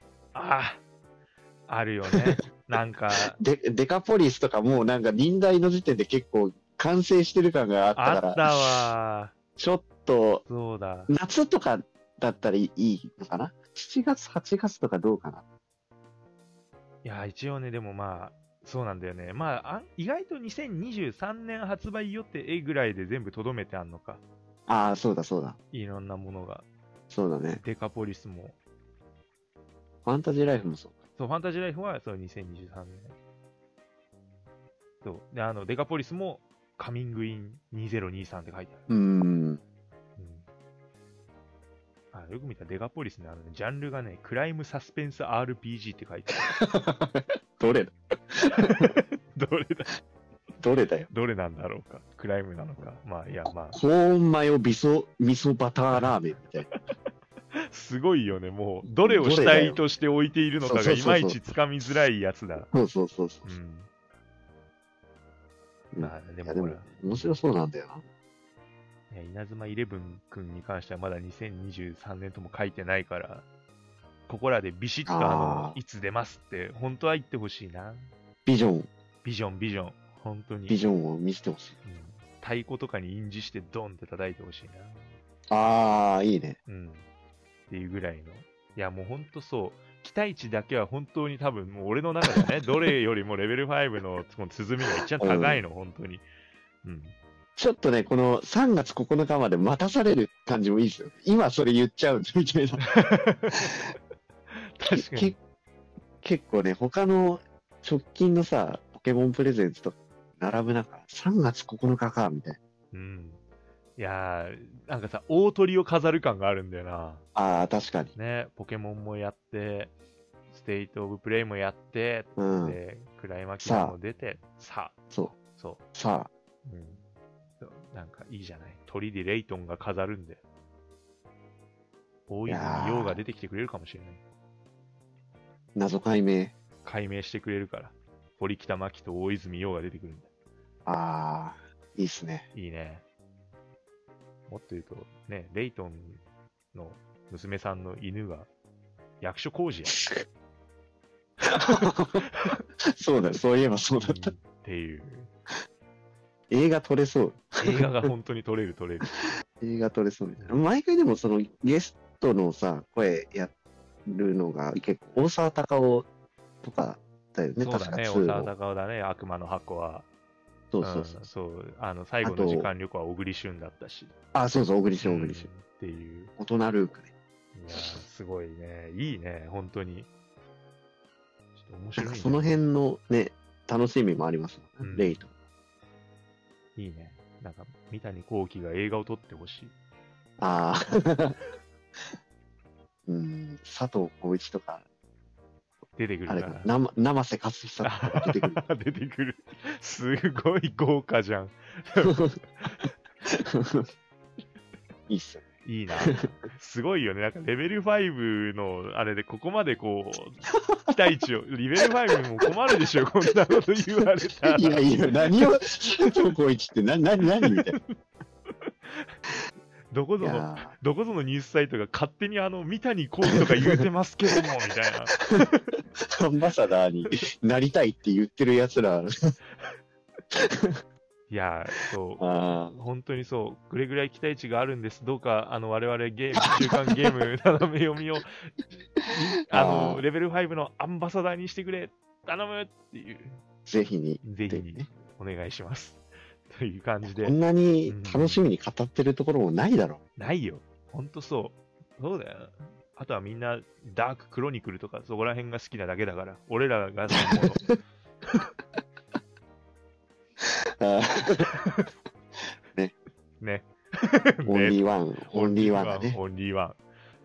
あるよね。なんかデカポリスとかもうなんか臨大の時点で結構完成してる感があったから。 あったわ。 ちょっと、 そうだ。 夏とかだったらいいのかな ?7 月、8月とかどうかな。 いや、一応ね、でもまあ、そうなんだよね。まあ、意外と2023年発売予定ぐらいで全部とどめてあんのか。 ああ、そうだ。 いろんなものが。 そうだね。 デカポリスも。 ファンタジーライフもそうか。 そう、ファンタジーライフはそう2023年。そう。で、デカポリスもカミングイン2023って書いてある。よく見たらデカポリスね、ジャンルがね、クライムサスペンス RPG って書いてある。 どれだどれだよ。 どれなんだろうか。クライムなのか。まあ、いや、まあ。 コーンマヨ味噌バターラーメンみたいな。 すごいよね、もう、どれを主体として置いているのかがいまいちつかみづらいやつだ。 そう。 まあ、でも面白そうなんだよな。 稲妻イレブン君に関してはまだ2023年とも書いてないから、ここらでビシッといつ出ますって、本当は言ってほしいな。 ビジョン。 本当に。 ビジョンを見せてほしい。 太鼓とかに印字してドンって叩いてほしいな。いいね。 っていうぐらいの。いや、もう本当そう。期待値だけは本当に多分、もう俺の中でね、どれよりもレベル5のこの鼓が一番高いの、本当に。 ちょっとね、この3月9日まで待たされる感じもいいですよ。今それ言っちゃうんみたいな。 確かに。 結構ね、他の直近のさ、ポケモンプレゼンツと並ぶ中、3月9日か、みたいな。 いやー、なんかさ、大鳥を飾る感があるんだよな。 確かに。 ね、ポケモンもやって、ステイトオブプレイもやって、で、クライマキアも出て、 そう。 なんかいいじゃない。鳥でレイトンが飾るんで。大泉洋が出てきてくれるかもしれない。 謎解明してくれるから。堀北真希と大泉洋が出てくるんだ。いいっすね。 いいね。もっと言うと、ね、レイトンの娘さんの犬が役所広司や。 そうだ、そういえばそうだった。 っていう。 映画撮れそう。 映画が本当に撮れる。 映画撮れそう。毎回でもそのゲストのさ、声やるのが結構、大沢たかおとかだよね、 そうだね、大沢たかおだね、悪魔の箱は。 そう。 最後の時間旅行は小栗旬だったし。 そう、小栗旬。 っていう。 大人ルークね。 いやすごいね。いいね、本当に。ちょっと面白い、ね。 その辺のね、楽しみもありますもんね、レイト。 いいね。なんか、三谷幸喜が映画を撮ってほしい。 佐藤浩市とか。 出てくるから。 生瀬勝久とか出てくる。 出てくる。すごい豪華じゃん。 いいっすよね。 いいな。すごいよね。なんかレベル5のあれでここまでこう、期待値を、レベル5も困るでしょ、こんなこと言われたら。 いやいや、何を、超高一って何みたいな。 どこぞのニュースサイトが勝手に三谷幸喜とか言うてますけども、みたいな。 アンバサダーになりたいって言ってる奴ら。 いや、そう、本当にそう、これぐらい期待値があるんです。どうか、我々週刊ゲーム斜め読みを、レベル5のアンバサダーにしてくれ、頼むっていう。 ぜひに、 お願いします。という感じで。 こんなに楽しみに語ってるところもないだろう。ないよ。ほんとそう。そうだよ。あとはみんな、ダーククロニクルとか、そこら辺が好きなだけだから、俺らがそのもの。ね。 オンリーワンだね。 オンリーワン。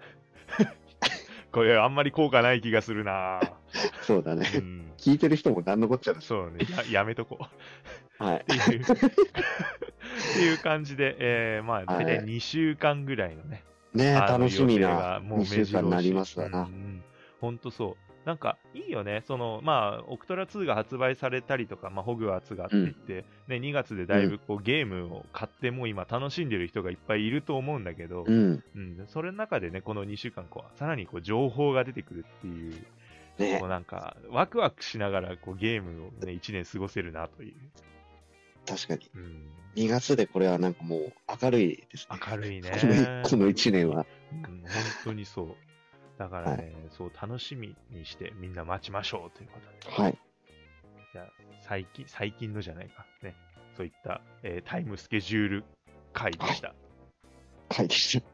これあんまり効果ない気がするな。 そうだね。聞いてる人も何のこっちゃだ。 そうね。やめとこう。はい。 っていう感じで、まあ、大体2週間ぐらいのね。 ね、楽しみな2週間になりますわな。 ほんとそう。なんかいいよね、まあ、オクトラ2が発売されたりとか、まあ、ホグワーツがあって言って、ね、2月でだいぶこうゲームを買って、もう今楽しんでる人がいっぱいいると思うんだけど、それの中でね、この2週間さらにこう情報が出てくるっていう、ね、こうなんか、ワクワクしながらこうゲームをね、1年過ごせるなという。 確かに。2月でこれはなんかもう明るいですね。 明るいね。 この1年は。 本当にそう。だからね、そう、楽しみにしてみんな待ちましょうということで。 はい。 じゃあ、最近のじゃないか。ね。そういった、タイムスケジュール回でした。 回でした。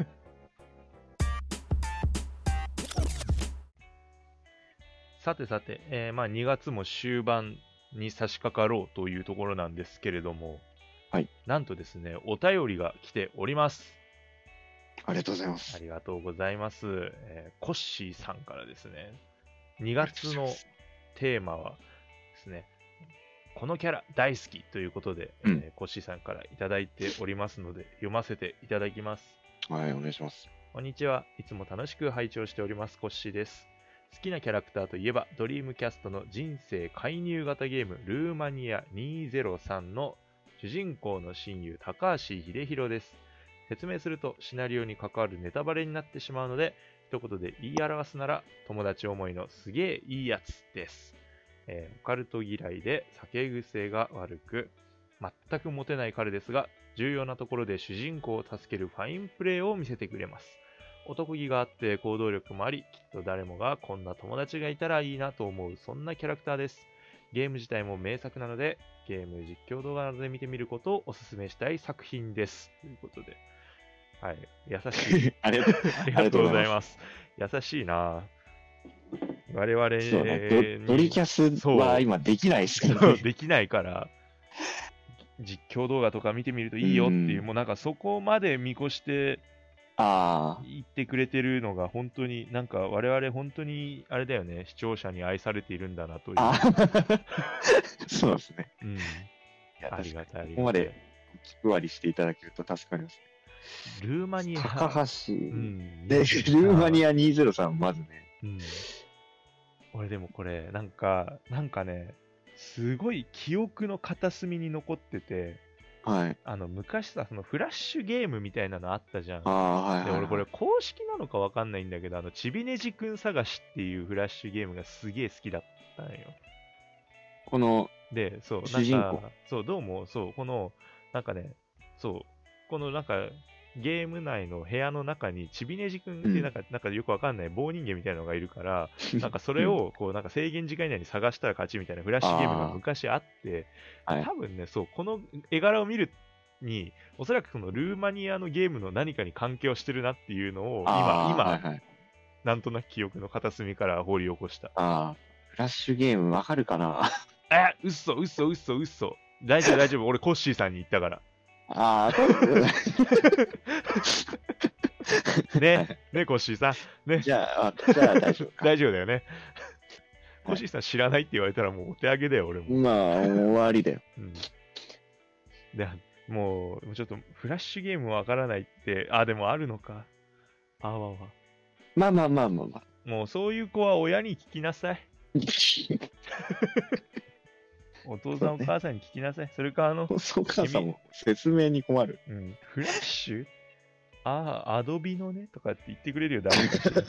さて、まあ2月も終盤に差し掛かろうというところなんですけれども、 はい。 なんとですね、お便りが来ております。 ありがとうございます。 ありがとうございます。コッシーさんからですね、2月のテーマはですね、このキャラ大好きということで、コッシーさんからいただいておりますので、読ませていただきます。 はい、お願いします。 こんにちは。いつも楽しく拝聴しております、コッシーです。好きなキャラクターといえば、ドリームキャストの人生介入型ゲーム、ルーマニア203の主人公の親友、高橋秀弘です。説明するとシナリオに関わるネタバレになってしまうので、一言で言い表すなら友達思いのすげえいいやつです。オカルト嫌いで酒癖が悪く、全くモテない彼ですが、重要なところで主人公を助けるファインプレーを見せてくれます。男気があって行動力もあり、きっと誰もがこんな友達がいたらいいなと思う、そんなキャラクターです。ゲーム自体も名作なので、ゲーム実況動画などで見てみることをお勧めしたい作品です。ということで。はい。優しい。 ありがとうございます。 優しいな我々 に。ドリキャスは今できないですからね。 できないから、実況動画とか見てみるといいよっていう、もうなんかそこまで見越して言ってくれてるのが本当に、なんか我々本当にあれだよね、視聴者に愛されているんだなという。 そうですね。 ありがたい。 ここまで気配りしていただけると助かります。 ルーマニア。 高橋。で、ルーマニア203、まずね。 俺でもこれ、なんかね、すごい記憶の片隅に残ってて、 はい。 昔さ、そのフラッシュゲームみたいなのあったじゃん。 はい。 で、俺これ公式なのかわかんないんだけど、ちびねじくん探しっていうフラッシュゲームがすげえ好きだったのよ。 この、 で、そう、 主人公。 そう、どうも、そう、この、なんかね、そう、このなんか、ゲーム内の部屋の中にちびねじくんってなんかよくわかんない棒人間みたいなのがいるから、なんかそれをこうなんか制限時間以内に探したら勝ちみたいなフラッシュゲームが昔あって、多分ね、そう、この絵柄を見るに、おそらくそのルーマニアのゲームの何かに関係をしてるなっていうのを今、なんとなく記憶の片隅から掘り起こした。 フラッシュゲームわかるかな嘘。大丈夫。俺コッシーさんに言ったから。ね、コッシーさん。ね。 じゃあ大丈夫か。 大丈夫だよね。コッシーさん知らないって言われたらもうお手上げだよ、俺も。 まあ、終わりだよ。 もうちょっとフラッシュゲームわからないって、あ、でもあるのか。あわわ。 まあまあまあまあまあ。 もうそういう子は親に聞きなさい。お父さんお母さんに聞きなさい。それかお母さんも説明に困る。 フラッシュアドビのねとかって言ってくれるよ、誰かしら。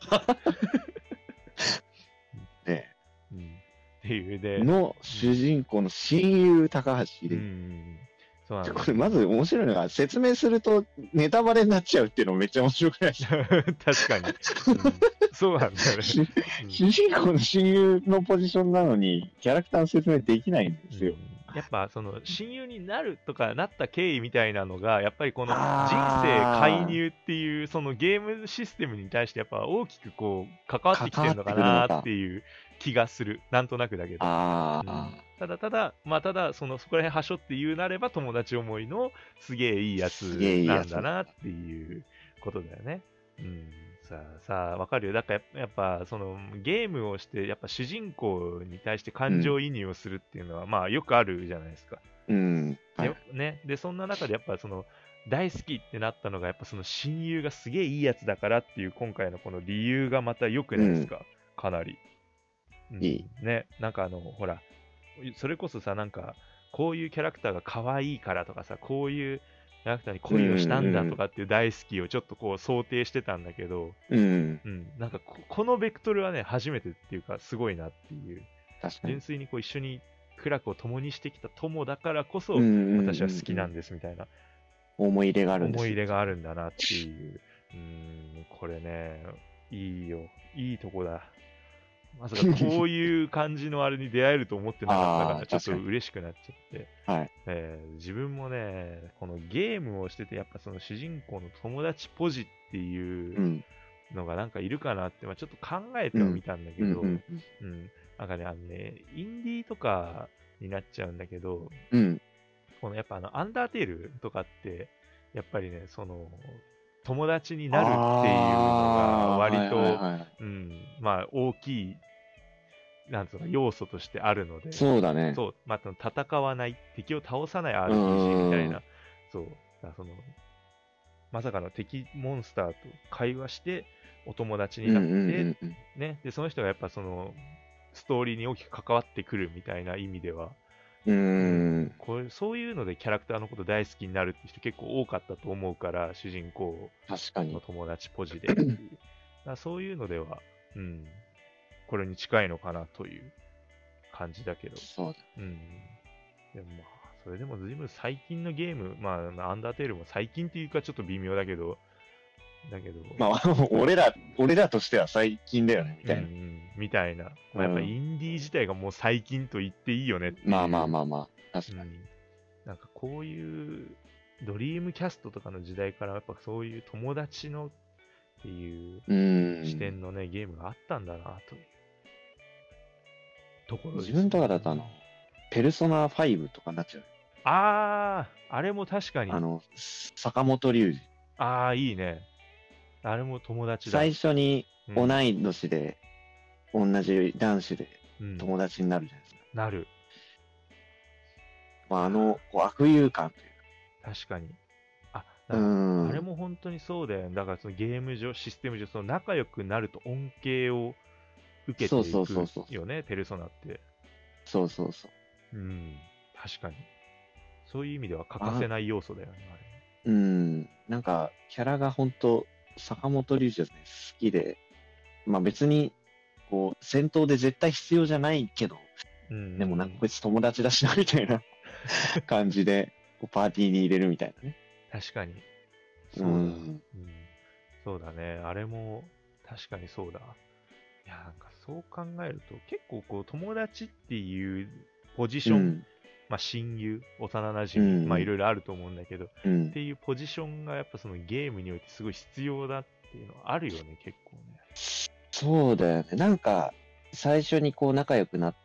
ねっていうで。 の主人公の親友、高橋秀樹。そうなんこれまず面白いのが、説明するとネタバレになっちゃうっていうのめっちゃ面白くないですか？ 確かに、そうなんだよね。 主人公の親友のポジションなのに、キャラクターの説明できないんですよ。 やっぱその親友になるとかなった経緯みたいなのが、やっぱりこの人生介入っていうそのゲームシステムに対してやっぱ大きくこう関わってきてるのかなっていう気がする。なんとなくだけど。ただ、そこら辺はしょって言うなれば友達思いのすげえいいやつなんだなっていうことだよね。さあ、わかるよ。だからやっぱそのゲームをして、やっぱ主人公に対して感情移入をするっていうのは、まあよくあるじゃないですか。で、そんな中でやっぱその大好きってなったのが、やっぱその親友がすげえいいやつだからっていう今回のこの理由がまた良くないですか、かなり。ね、なんかほら、それこそさ、なんか、こういうキャラクターが可愛いからとかさ、こういうキャラクターに恋をしたんだとかっていう大好きをちょっとこう想定してたんだけど、なんかこのベクトルはね、初めてっていうか、すごいなっていう。純粋にこう一緒に苦楽を共にしてきた友だからこそ、私は好きなんですみたいな。 思い入れがあるんです。思い入れがあるんだなっていう。これね、いいよ。いいとこだ。まさかこういう感じのあれに出会えると思ってなかったから、ちょっと嬉しくなっちゃって、自分もね、このゲームをしてて、やっぱその主人公の友達ポジっていうのがなんかいるかなって、ちょっと考えてはみたんだけど、なんかね、インディーとかになっちゃうんだけど、このやっぱアンダーテールとかって、やっぱりね、その、友達になるっていうのが割と、まあ大きい、なんつうの、要素としてあるので、 そうだね。 そう、戦わない、敵を倒さない RPG みたいな、そう、その、まさかの敵モンスターと会話してお友達になって、ね、で、その人がやっぱその、ストーリーに大きく関わってくるみたいな意味では、これそういうのでキャラクターのこと大好きになるって人結構多かったと思うから、主人公の友達ポジでっていう。そういうのでは、これに近いのかなという感じだけど。 そうだ。 でもそれでも随分最近のゲーム、アンダーテールも最近っていうかちょっと微妙だけど、 俺らとしては最近だよね、みたいな。 みたいな。やっぱインディー自体がもう最近と言っていいよねっていう。 まあ、確かに。 なんかこういうドリームキャストとかの時代からやっぱそういう友達のっていう視点のね、ゲームがあったんだなというところです、ね。 自分とかだとペルソナ5とかになっちゃう。 あれも確かに。 坂本龍二。 いいね。あれも友達だ。 最初に同い年で、同じ男子で友達になるじゃないですか。 なる。 悪友感というか。確かに。あれも本当にそうだよね。だからそのゲーム上、システム上、その仲良くなると恩恵を受けていくよね、ペルソナって。 そう。 確かに。そういう意味では欠かせない要素だよね、 あれ。なんか、キャラが本当坂本龍二ですね、好きで、別に、戦闘で絶対必要じゃないけど、でもなんかこいつ友達だしな、みたいな感じで、パーティーに入れるみたいなね。 確かに。そうだね。あれも、確かにそうだ。いや、なんかそう考えると、結構友達っていうポジション、親友、幼馴染、いろいろあると思うんだけど、っていうポジションがやっぱそのゲームにおいてすごい必要だっていうのはあるよね、結構ね。 そうだよね。なんか、最初に仲良くなって、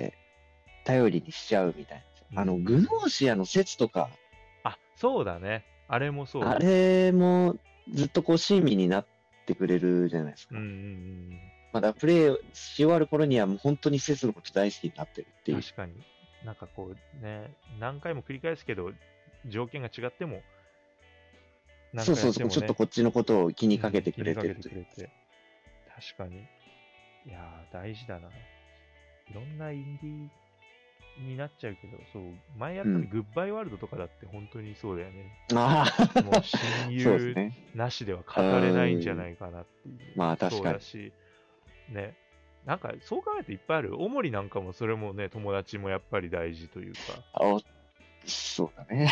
頼りにしちゃうみたいな。グノーシアの説とか。 そうだね。あれもそう。 あれも、ずっと親身になってくれるじゃないですか。まだプレイし終わる頃にはもう本当に説のこと大好きになってるっていう。 確かに。なんかね、何回も繰り返すけど、 条件が違っても、 そうそうそう、ちょっとこっちのことを気にかけてくれてるという。 確かに。いやー、大事だな。いろんなインディーになっちゃうけど、そう、前やったグッバイワールドとかだって本当にそうだよね。 ああ、 もう親友なしでは語れないんじゃないかなっていう。 まあ確かに。 そうだし、ね。なんかそう考えるといっぱいある。おもりなんかもそれもね、友達もやっぱり大事というか。 そうだね。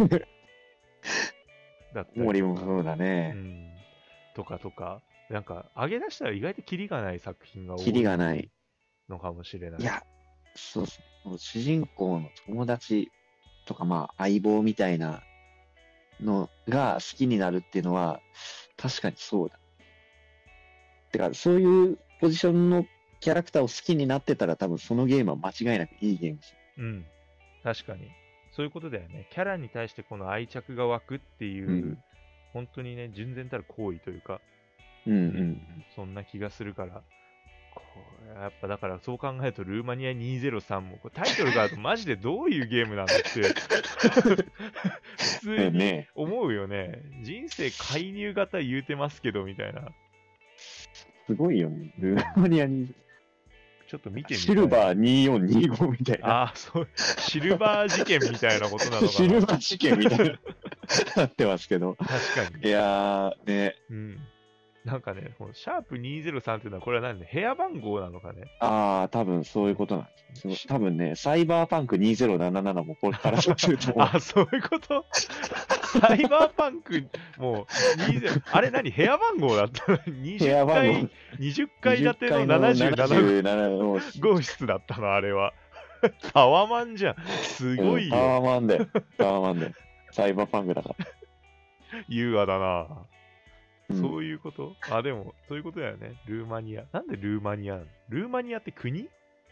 だったり。 おもりもそうだね。 とか。なんか、上げ出したら意外とキリがない作品が多い。 キリがない。 のかもしれない。 いや、そうですね。もう主人公の友達とか、まあ相棒みたいなのが好きになるっていうのは、確かにそうだ。てか、そういうポジションのキャラクターを好きになってたら、多分そのゲームは間違いなくいいゲームです。 確かに。そういうことだよね。キャラに対してこの愛着が湧くっていう、本当にね、純然たる行為というか、そんな気がするから、やっぱだからそう考えるとルーマニア203もタイトルがあるとマジでどういうゲームなんだって普通に思うよね。人生介入型言うてますけどみたいな。 すごいよね。ルーマニア203。 ちょっと見てみたい。 シルバー2425みたいな。 そう、シルバー事件みたいなことなのかな。 シルバー事件みたいななってますけど。 確かに。 いやー、ね。 なんかね、このシャープ203っていうのは、これは何で部屋番号なのかね。 多分そういうことなんです。多分ね、サイバーパンク2077もこれからすると思う。 そういうことサイバーパンク、もう、あれ何部屋番号だったの ?20 階建ての77号室だったのあれは。タワマンじゃん。すごいよ。 タワマンで。サイバーパンクだから。 優雅だな。そういうこと、でも、そういうことだよね。ルーマニア。なんでルーマニアなの？ルーマニアって国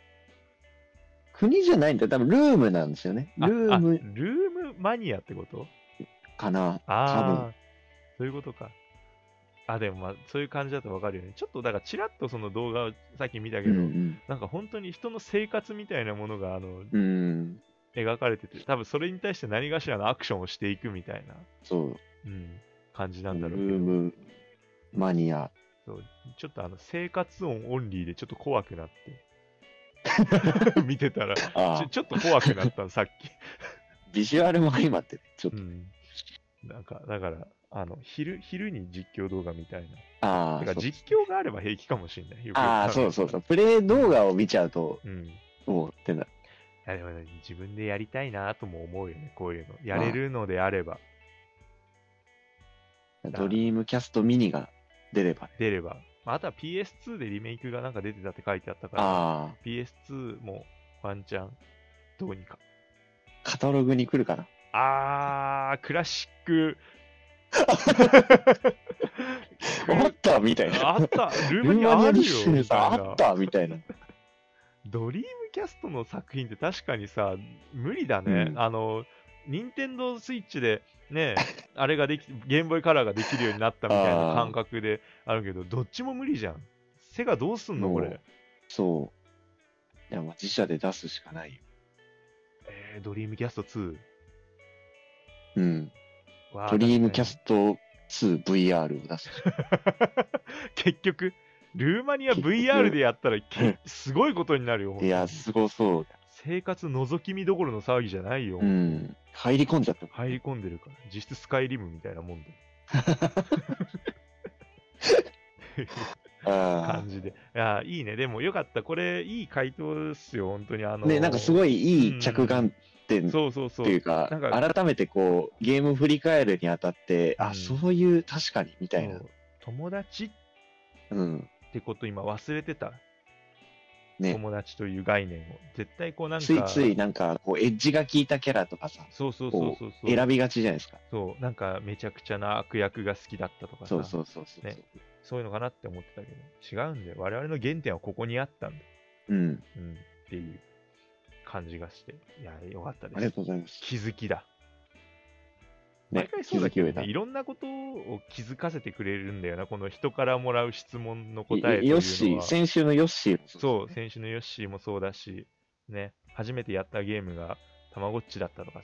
じゃないんだよ。多分ルームなんですよね。ルームマニアってことかな。 多分。そういうことか。でもそういう感じだとわかるよね。ちょっとだからチラッとその動画をさっき見たけど、なんか本当に人の生活みたいなものが描かれてて、多分それに対して何かしらのアクションをしていくみたいな。感じなんだろうけど。 ルームマニア。 そうちょっと生活音オンリーでちょっと怖くなって見てたらちょっと怖くなったさっきビジュアルも相まってちょっと、 なんかだから昼に実況動画みたいなだから実況があれば平気かもしれない。 そうプレイ動画を見ちゃうともうってな。 いやでもね、自分でやりたいなとも思うよね、こういうのやれるのであれば。 ドリームキャストミニが出れば。 あとは PS2 でリメイクがなんか出てたって書いてあったから、PS2 もワンチャンどうにか。 カタログに来るかな。 クラシック。 あったみたいな。 ルーマニアあるよ。 あったみたいな。 ドリームキャストの作品って確かにさ、無理だね。任天堂スイッチでね、あれがゲームボーイカラーができるようになったみたいな感覚であるけど、どっちも無理じゃん。セガどうすんのこれ。 そう。いや、自社で出すしかないよ。 ドリームキャスト2。 ドリームキャスト 2VR を出す。 結局、ルーマニア VR でやったらすごいことになるよ。 いや、すごそう。 生活覗き見どころの騒ぎじゃないよ。 入り込んじゃった。 入り込んでるから。実質スカイリムみたいなもんで。感じで。いや、いいね。でもよかった。これ、いい回答ですよ。本当にね、なんかすごいいい着眼点っていうか、改めてこう、ゲーム振り返るにあたって、そういう、確かに、みたいな。 友達ってこと今忘れてた。友達という概念を絶対こうなんかついなんかこうエッジが効いたキャラとかさ、 そう選びがちじゃないですか。 そうなんかめちゃくちゃな悪役が好きだったとかさ、そういうのかなって思ってたけど違うんだよ。我々の原点はここにあったんだ。っていう感じがして、いやよかったです。 ありがとうございます。 気づきだ。毎回そうだけどね、いろんなことを気づかせてくれるんだよな、この人からもらう質問の答えというのは。 先週のヨッシーもそう、先週のヨッシーもそうだし、ね、初めてやったゲームがたまごっちだったとかさ、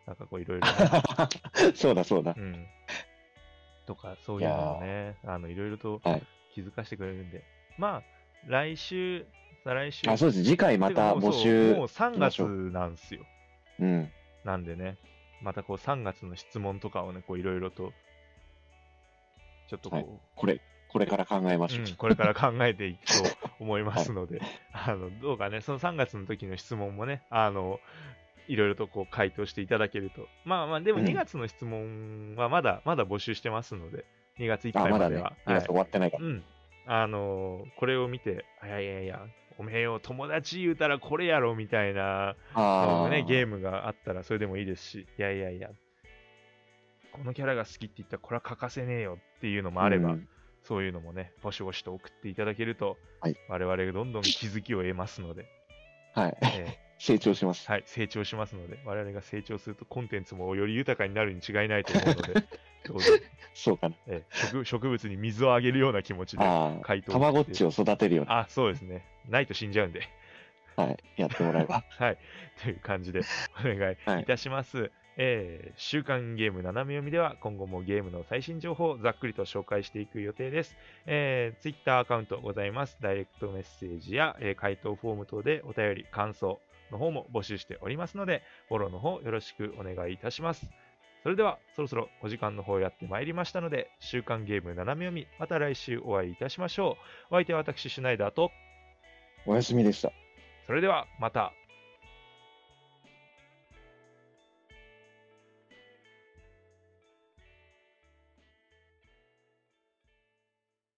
なんかこういろいろね。 そうだそうだ。 うん。とか、そういうのをね、いろいろと気づかせてくれるんで。まあ、来週、再来週。 そうです。次回また募集。 もう3月なんですよ。 うん。 なんでね、またこう3月の質問とかをね、こういろいろと、ちょっとこう、 これから考えましょう。 これから考えていくと思いますので、どうかね、その3月の時の質問もね、いろいろとこう回答していただけると。まあ、でも2月の質問はまだ募集してますので、2月いっぱいまでは。 まだね、2月終わってないから。 うん。これを見て、いや、おめえよ、友達言うたらこれやろみたいな、ね、ゲームがあったらそれでもいいですし、いや、このキャラが好きって言ったらこれは欠かせねえよっていうのもあれば、そういうのもね、ぼしぼしと送っていただけると、我々がどんどん気づきを得ますので、 はい。成長します。 はい、成長しますので、我々が成長するとコンテンツもより豊かになるに違いないと思うので、どうぞ。 そうかな。 植物に水をあげるような気持ちで回答たまごっちを育てるような。 そうですね。ないと死んじゃうんで。 はい。やってもらえば。 はい。という感じでお願いいたします。週刊ゲーム斜め読みでは今後もゲームの最新情報をざっくりと紹介していく予定です。Twitter アカウントございます。ダイレクトメッセージや、回答フォーム等でお便り、感想の方も募集しておりますので、フォローの方よろしくお願いいたします。それではそろそろお時間の方やってまいりましたので、週刊ゲーム斜め読み、また来週お会いいたしましょう。お相手は私、シュナイダーと、 おやすみでした。 それではまた。